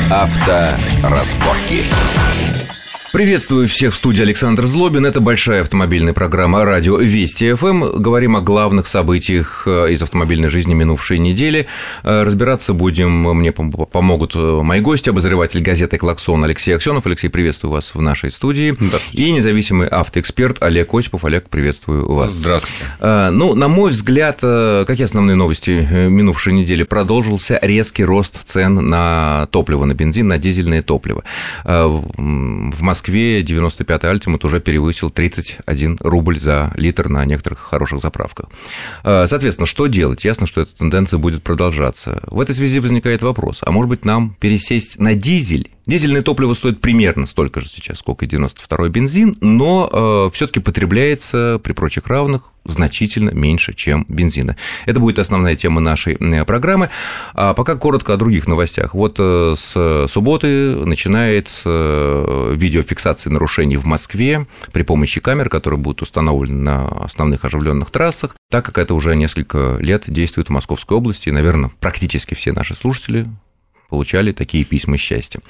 Авторазборки. Приветствую всех в студии Александр Злобин. Это большая автомобильная программа «Радио Вести ФМ». Говорим о главных событиях из автомобильной жизни минувшей недели. Разбираться будем, мне помогут мои гости, обозреватель газеты «Клаксон» Алексей Аксенов. Алексей, приветствую вас в нашей студии. И независимый автоэксперт Олег Осипов. Олег, приветствую вас. Здравствуйте. На мой взгляд, какие основные новости минувшей недели? Продолжился резкий рост цен на топливо, на бензин, на дизельное топливо. В Москве 95-й Альтимат уже перевысил 31 рубль за литр на некоторых хороших заправках. Соответственно, что делать? Ясно, что эта тенденция будет продолжаться. В этой связи возникает вопрос, а может быть нам пересесть на дизель? Дизельное топливо стоит примерно столько же сейчас, сколько и 92-й бензин, но всё-таки потребляется при прочих равных значительно меньше, чем бензина. Это будет основная тема нашей программы. А пока коротко о других новостях. Вот с субботы начинается видеофиксация нарушений в Москве при помощи камер, которые будут установлены на основных оживленных трассах, так как это уже несколько лет действует в Московской области, и, наверное, практически все наши слушатели получали такие письма счастья.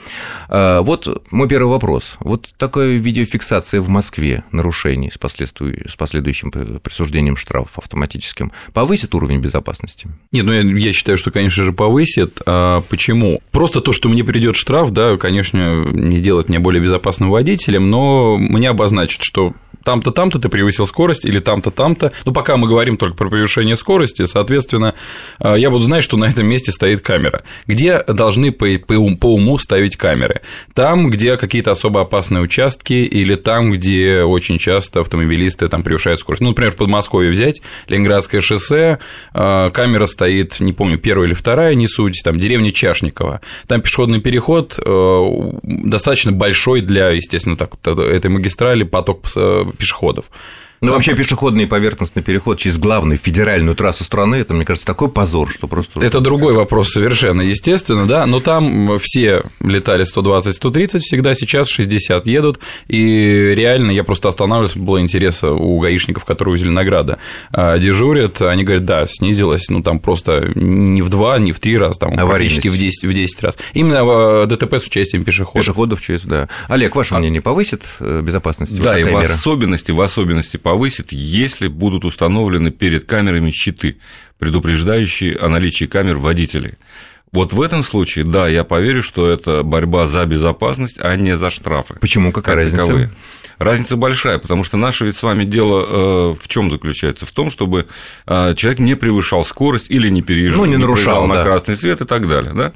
Вот мой первый вопрос. Вот такая видеофиксация в Москве нарушений с последующим присуждением штрафов автоматическим повысит уровень безопасности? Нет, я считаю, что, конечно же, повысит. Почему? Просто то, что мне придет штраф, да, конечно, не сделает меня более безопасным водителем, но мне обозначит, что там-то, там-то ты превысил скорость, или там-то, там-то. Но пока мы говорим только про превышение скорости, соответственно, я буду знать, что на этом месте стоит камера. Где должны по уму ставить камеры? Там, где какие-то особо опасные участки, или там, где очень часто автомобилисты там превышают скорость. Ну, например, в Подмосковье взять, Ленинградское шоссе, камера стоит, не помню, первая или вторая, не суть, там деревня Чашниково. Там пешеходный переход достаточно большой для, естественно, этой магистрали, поток пешеходов. Ну, вообще, пешеходный и поверхностный переход через главную федеральную трассу страны, это, мне кажется, такой позор, что просто... Это другой вопрос совершенно, естественно, да, но там все летали 120-130 всегда, сейчас 60 едут, и реально я просто останавливался, было интересно у гаишников, которые у Зеленограда дежурят, они говорят, да, снизилось, ну, там просто не в 2, не в 3 раза, там практически в 10 раз. Именно ДТП с участием пешеходов. Пешеходов, да. Олег, ваше мнение, повысит безопасность? Да, и в особенности повысит, если будут установлены перед камерами щиты, предупреждающие о наличии камер водителей. Вот в этом случае, да, я поверю, что это борьба за безопасность, а не за штрафы. Почему? Какая разница? Таковые. Разница большая, потому что наше ведь с вами дело в чем заключается? В том, чтобы человек не превышал скорость или не переезжал, не нарушал на красный свет и так далее, да?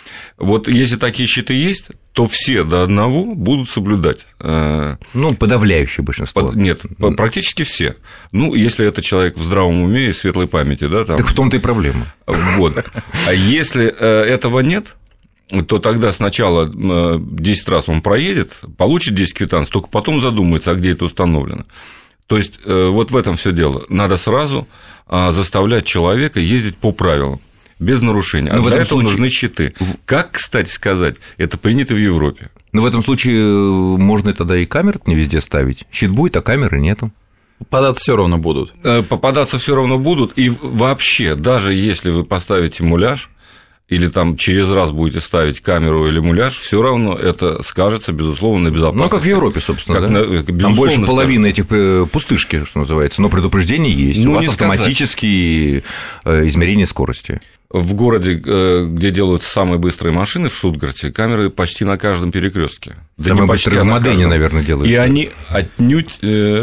Вот если такие щиты есть, то все до одного будут соблюдать. Ну, подавляющее большинство. Нет, практически все. Ну, если это человек в здравом уме и светлой памяти, да, там... Так в том-то и проблема. Вот. А если этого нет, то тогда сначала 10 раз он проедет, получит 10 квитанций, только потом задумается, а где это установлено. То есть, вот в этом все дело. Надо сразу заставлять человека ездить по правилам. Без нарушений. А для этого нужны щиты. Как, кстати сказать, это принято в Европе. Но в этом случае можно тогда и камеры не везде ставить. Щит будет, а камеры нету. Попадаться все равно будут. Попадаться все равно будут. И вообще, даже если вы поставите муляж, или там через раз будете ставить камеру или муляж, все равно это скажется, безусловно, на безопасности. Ну, как в Европе, собственно, да? Там больше половины этих пустышки, что называется, но предупреждение есть, у вас автоматические измерения скорости. В городе, где делаются самые быстрые машины, в Штутгарте, камеры почти на каждом перекрестке. Самые быстрые в Модене, наверное, делают. И они отнюдь,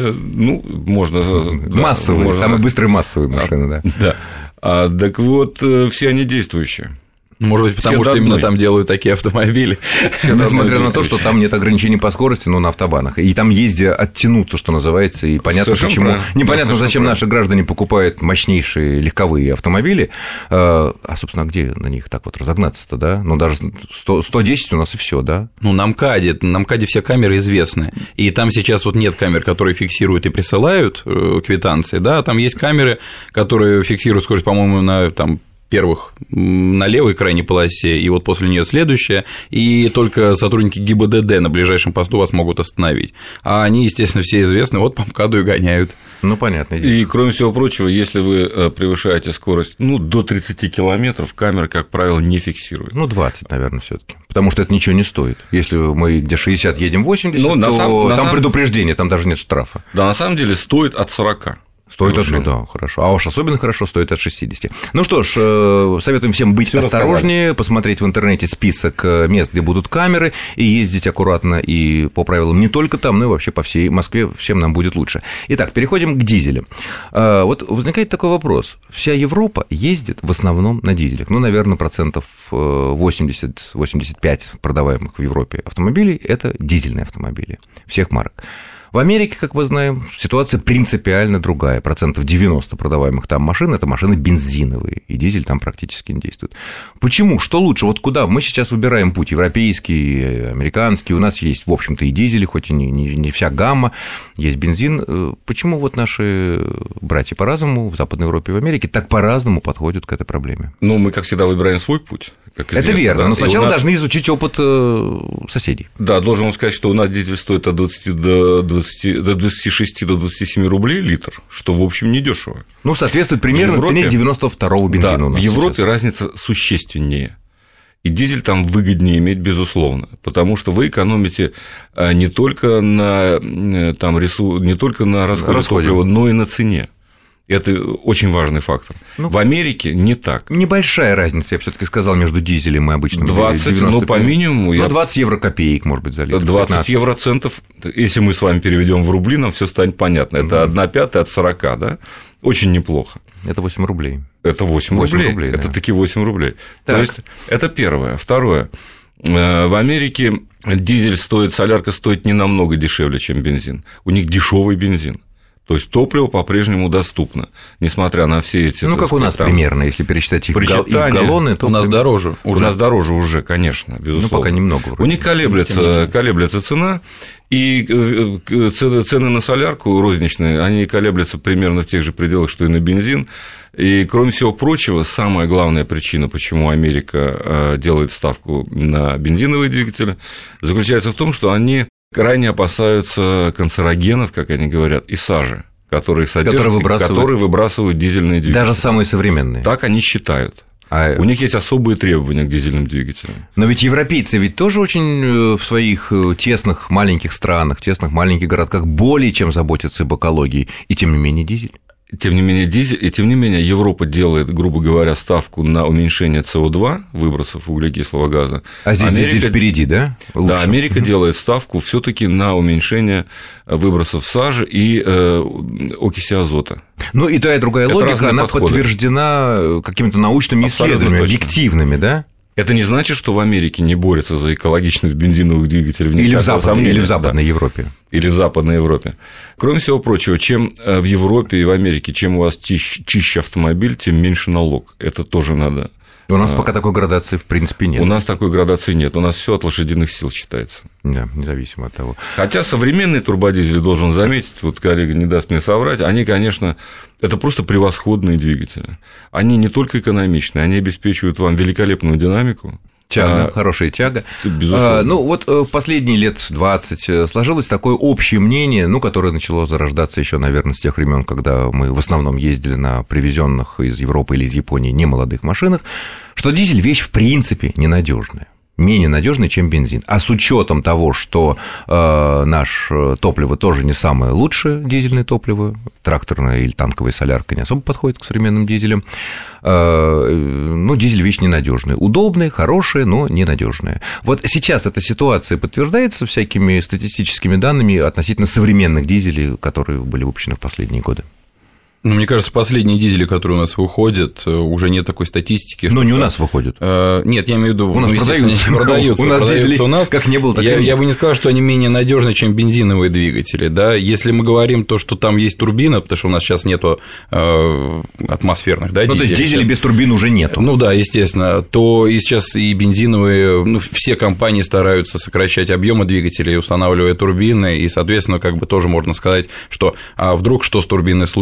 можно... Массовые, самые быстрые массовые машины, да. Да. Так вот, все они действующие. Может быть, потому что именно там делают такие автомобили. Несмотря на то, что там нет ограничений по скорости, но на автобанах. И там ездя оттянуться, что называется, и понятно, почему. Непонятно, зачем наши граждане покупают мощнейшие легковые автомобили. А, собственно, где на них так вот разогнаться-то, да? Ну, даже 110 у нас и все, да? Ну, на МКАДе все камеры известны. И там сейчас вот нет камер, которые фиксируют и присылают квитанции, да, там есть камеры, которые фиксируют скорость, по-моему, на там первых на левой крайней полосе, и вот после нее следующая, и только сотрудники ГИБДД на ближайшем посту вас могут остановить. А они, естественно, все известны, вот по МКАДу и гоняют. Ну, понятно. И, кроме всего прочего, если вы превышаете скорость, до 30 километров, камера, как правило, не фиксирует. 20, наверное, все-таки. Потому что это ничего не стоит. Если мы где 60 едем 80, то там предупреждение, там даже нет штрафа. Да, на самом деле стоит от 40. Стоит да, хорошо. А уж особенно хорошо стоит от 60. Ну что ж, советуем всем быть осторожнее, посмотреть в интернете список мест, где будут камеры, и ездить аккуратно и по правилам не только там, но и вообще по всей Москве, всем нам будет лучше. Итак, переходим к дизелям. Вот возникает такой вопрос. Вся Европа ездит в основном на дизелях. Наверное, 80-85% продаваемых в Европе автомобилей – это дизельные автомобили всех марок. В Америке, как мы знаем, ситуация принципиально другая. 90% продаваемых там машин – это машины бензиновые, и дизель там практически не действует. Почему? Что лучше? Вот куда? Мы сейчас выбираем путь европейский, американский. У нас есть, в общем-то, и дизели, хоть и не вся гамма, есть бензин. Почему вот наши братья по-разному в Западной Европе и в Америке так по-разному подходят к этой проблеме? Мы, как всегда, выбираем свой путь. Это верно, но сначала должны изучить опыт соседей. Да, должен вам сказать, что у нас дизель стоит от 26 до 27 рублей литр, что, в общем, недешево. Соответствует примерно цене 92-го бензина у нас. В Европе разница существеннее. И дизель там выгоднее иметь, безусловно, потому что вы экономите не только на расходе топлива, но и на цене. Это очень важный фактор. В Америке не так. Небольшая разница, я все-таки сказал, между дизелем и обычным. 20, по минимуму. 20 евро копеек, может быть, за литр. 20 15. Евроцентов, если мы с вами переведем в рубли, нам все станет понятно. Это 1/5 от 40, да? Очень неплохо. Это 8 рублей. Это 8 рублей. Это таки 8 рублей. Так. То есть, это первое. Второе. В Америке дизель солярка стоит не намного дешевле, чем бензин. У них дешевый бензин. То есть топливо по-прежнему доступно, несмотря на все эти... как у нас примерно, если пересчитать их галлоны, то... У нас дороже. У нас дороже уже, конечно, безусловно. Пока немного. Вроде. У них колеблется цена, и цены на солярку розничные, они колеблются примерно в тех же пределах, что и на бензин. И, кроме всего прочего, самая главная причина, почему Америка делает ставку на бензиновые двигатели, заключается в том, что они крайне опасаются канцерогенов, как они говорят, и сажи, которые выбрасывают дизельные двигатели. Даже самые современные. Так они считают. У них есть особые требования к дизельным двигателям. Но ведь европейцы тоже очень в своих тесных маленьких странах, тесных маленьких городках более чем заботятся об экологии, и тем не менее дизель. Тем не менее, Европа делает, грубо говоря, ставку на уменьшение СО2, выбросов углекислого газа. А здесь дизель впереди, да? Лучше. Да, Америка делает ставку все-таки на уменьшение выбросов сажи и окиси азота. И та, и другая логика, она подтверждена какими-то научными исследованиями, объективными, да? Это не значит, что в Америке не борются за экологичность бензиновых двигателей. Или в Западной Европе. Или в Западной Европе. Кроме всего прочего, чем в Европе и в Америке, чем у вас чище автомобиль, тем меньше налог. Это тоже надо. У нас пока такой градации, в принципе, нет. У нас такой градации нет. У нас все от лошадиных сил считается. Да, независимо от того. Хотя современные турбодизели, должен заметить, вот коллега не даст мне соврать, они, конечно, это просто превосходные двигатели. Они не только экономичные, они обеспечивают вам великолепную динамику. Хорошая тяга. В последние лет 20 сложилось такое общее мнение, которое начало зарождаться еще, наверное, с тех времен, когда мы в основном ездили на привезенных из Европы или из Японии немолодых машинах, что дизель вещь в принципе ненадежная. Менее надежный, чем бензин. А с учетом того, что наше топливо тоже не самое лучшее дизельное топливо, тракторная или танковая солярка не особо подходит к современным дизелям, дизель вещь ненадежная. Удобная, хорошая, но ненадежная. Вот сейчас эта ситуация подтверждается всякими статистическими данными относительно современных дизелей, которые были выпущены в последние годы. Мне кажется, последние дизели, которые у нас выходят, уже нет такой статистики. Но не у нас выходят. Нет, я имею в виду, у нас продаются. У нас дизели у нас как не было, так и нет. Я бы не сказал, что они менее надежны, чем бензиновые двигатели. Да? Если мы говорим то, что там есть турбина, потому что у нас сейчас нету атмосферных, да, дизелей. То есть дизелей без турбин уже нету. Да, естественно. То и сейчас и бензиновые, все компании стараются сокращать объемы двигателей, устанавливая турбины, и, соответственно, тоже можно сказать, что вдруг что с турбиной случится. То есть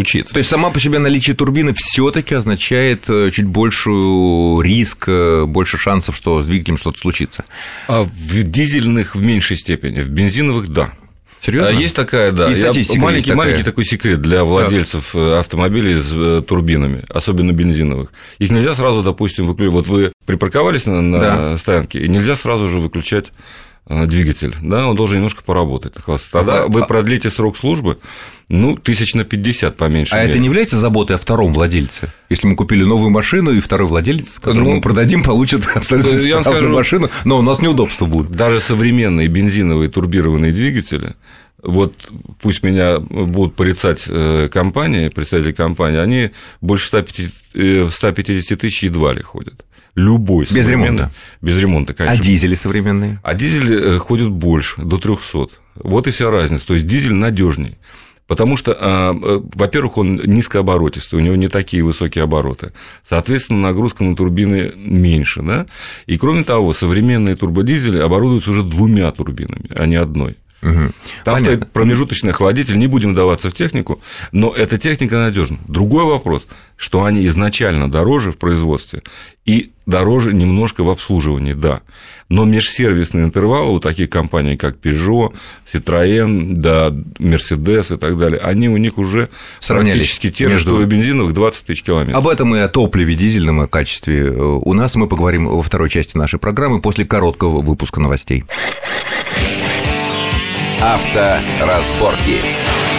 сама по себе наличие турбины все-таки означает чуть больший риск, больше шансов, что с двигателем что-то случится. А в дизельных в меньшей степени, в бензиновых – да. Серьезно? Есть такая, да. Маленький такой секрет для владельцев автомобилей с турбинами, особенно бензиновых. Их нельзя сразу, допустим, выключать. Вот вы припарковались на стоянке, и нельзя сразу же выключать двигатель, да, он должен немножко поработать. Тогда вы продлите срок службы, 1050 по меньшей мере. Это не является заботой о втором владельце? Если мы купили новую машину, и второй владелец, которому мы продадим, получит абсолютно бесплатную машину, но у нас неудобства будут. Даже современные бензиновые турбированные двигатели, вот пусть меня будут порицать компании, представители компании, они больше 150 тысяч едва ли ходят. Любой без ремонта. Без ремонта, конечно. А дизели современные? А дизели ходят больше, до 300. Вот и вся разница. То есть дизель надежней. Потому что, во-первых, он низкооборотистый, у него не такие высокие обороты. Соответственно, нагрузка на турбины меньше. Да? И кроме того, современные турбодизели оборудуются уже 2 турбинами, а не одной. Там Понятно. стоит промежуточный охладитель, не будем вдаваться в технику, но эта техника надежна. Другой вопрос, что они изначально дороже в производстве и дороже немножко в обслуживании, да. Но межсервисные интервалы у таких компаний, как Peugeot, Citroën, да, Mercedes и так далее, они у них уже практически те же, что и бензиновых, 20 тысяч километров. Об этом и о топливе дизельном, и о качестве у нас мы поговорим во второй части нашей программы после короткого выпуска новостей. Авторазборки.